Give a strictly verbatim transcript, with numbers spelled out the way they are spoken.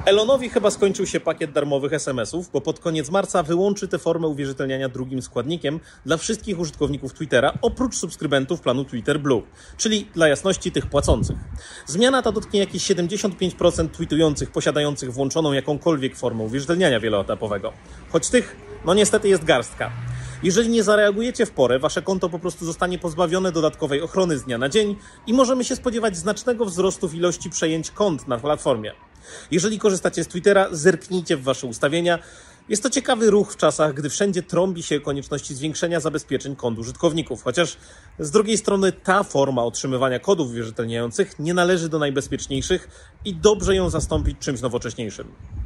Elonowi chyba skończył się pakiet darmowych es em esów, bo pod koniec marca wyłączy tę formę uwierzytelniania drugim składnikiem dla wszystkich użytkowników Twittera, oprócz subskrybentów planu Twitter Blue, czyli dla jasności tych płacących. Zmiana ta dotknie jakieś siedemdziesiąt pięć procent tweetujących posiadających włączoną jakąkolwiek formę uwierzytelniania wieloetapowego. Choć tych, no niestety jest garstka. Jeżeli nie zareagujecie w porę, wasze konto po prostu zostanie pozbawione dodatkowej ochrony z dnia na dzień i możemy się spodziewać znacznego wzrostu w ilości przejęć kont na platformie. Jeżeli korzystacie z Twittera, zerknijcie w wasze ustawienia. Jest to ciekawy ruch w czasach, gdy wszędzie trąbi się o konieczności zwiększenia zabezpieczeń kont użytkowników, chociaż z drugiej strony ta forma otrzymywania kodów uwierzytelniających nie należy do najbezpieczniejszych i dobrze ją zastąpić czymś nowocześniejszym.